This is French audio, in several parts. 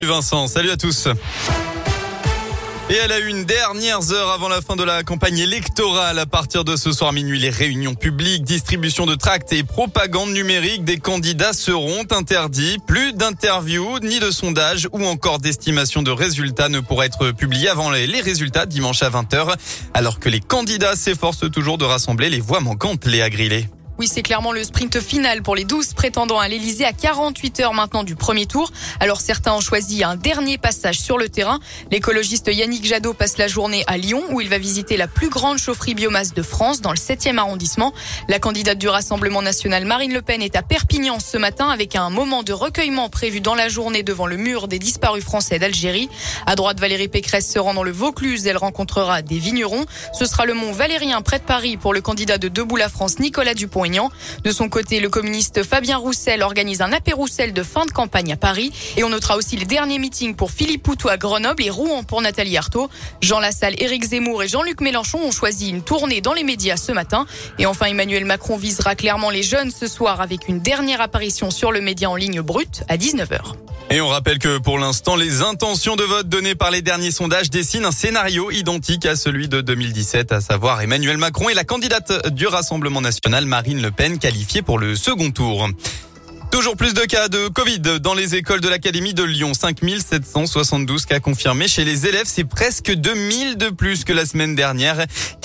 Vincent, salut à tous. Et à la une, dernières heures avant la fin de la campagne électorale. À partir de ce soir minuit, les réunions publiques, distribution de tracts et propagande numérique des candidats seront interdits. Plus d'interviews, ni de sondages ou encore d'estimation de résultats ne pourra être publié avant les résultats dimanche à 20h. Alors que les candidats s'efforcent toujours de rassembler les voix manquantes, Léa Grillet. Oui, c'est clairement le sprint final pour les 12 prétendants à l'Elysée à 48 heures maintenant du premier tour. Alors certains ont choisi un dernier passage sur le terrain. L'écologiste Yannick Jadot passe la journée à Lyon où il va visiter la plus grande chaufferie biomasse de France dans le 7e arrondissement. La candidate du Rassemblement national Marine Le Pen est à Perpignan ce matin avec un moment de recueillement prévu dans la journée devant le mur des disparus français d'Algérie. À droite, Valérie Pécresse se rend dans le Vaucluse. Elle rencontrera des vignerons. Ce sera le Mont Valérien près de Paris pour le candidat de Debout la France Nicolas Dupont-Aignan. De son côté, le communiste Fabien Roussel organise un apéro Roussel de fin de campagne à Paris. Et on notera aussi les derniers meetings pour Philippe Poutou à Grenoble et Rouen pour Nathalie Arthaud. Jean Lassalle, Éric Zemmour et Jean-Luc Mélenchon ont choisi une tournée dans les médias ce matin. Et enfin, Emmanuel Macron visera clairement les jeunes ce soir avec une dernière apparition sur le média en ligne Brut à 19h. Et on rappelle que pour l'instant, les intentions de vote données par les derniers sondages dessinent un scénario identique à celui de 2017, à savoir Emmanuel Macron et la candidate du Rassemblement national Marine Le Pen qualifiée pour le second tour. Toujours plus de cas de Covid dans les écoles de l'Académie de Lyon. 5772 cas confirmés chez les élèves. C'est presque 2000 de plus que la semaine dernière.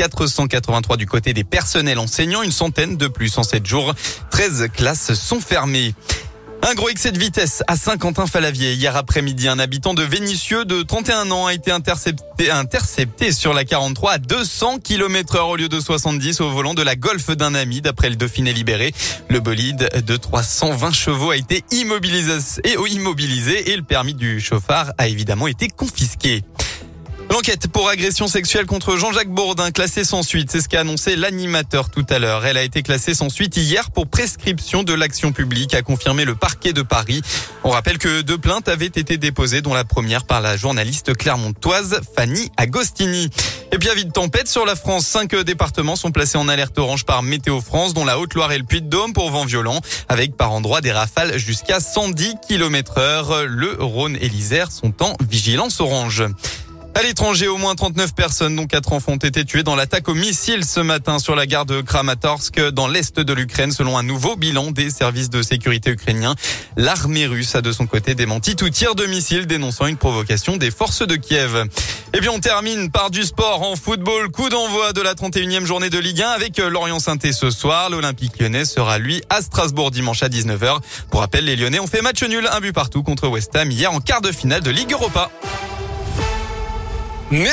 483 du côté des personnels enseignants. Une centaine de plus en 7 jours. 13 classes sont fermées. Un gros excès de vitesse à Saint-Quentin-Fallavier. Hier après-midi, un habitant de Vénissieux de 31 ans a été intercepté sur la 43 à 200 km/h au lieu de 70 au volant de la Golf d'un ami, d'après le Dauphiné libéré. Le bolide de 320 chevaux a été immobilisé et le permis du chauffard a évidemment été confisqué. L'enquête pour agression sexuelle contre Jean-Jacques Bourdin classée sans suite, c'est ce qu'a annoncé l'animateur tout à l'heure. Elle a été classée sans suite hier pour prescription de l'action publique, a confirmé le parquet de Paris. On rappelle que 2 plaintes avaient été déposées, dont la première par la journaliste clermontoise Fanny Agostini. Et puis avis de tempête sur la France, 5 départements sont placés en alerte orange par Météo France, dont la Haute-Loire et le Puy-de-Dôme pour vent violent, avec par endroits des rafales jusqu'à 110 km/h. Le Rhône et l'Isère sont en vigilance orange. À l'étranger, au moins 39 personnes, dont 4 enfants, ont été tués dans l'attaque au missile ce matin sur la gare de Kramatorsk, dans l'est de l'Ukraine, selon un nouveau bilan des services de sécurité ukrainiens. L'armée russe a de son côté démenti tout tir de missile, dénonçant une provocation des forces de Kiev. Et bien on termine par du sport en football. Coup d'envoi de la 31e journée de Ligue 1 avec Lorient-Sainté ce soir. L'Olympique lyonnais sera lui à Strasbourg dimanche à 19h. Pour rappel, les Lyonnais ont fait match nul, 1 but partout contre West Ham hier en quart de finale de Ligue Europa.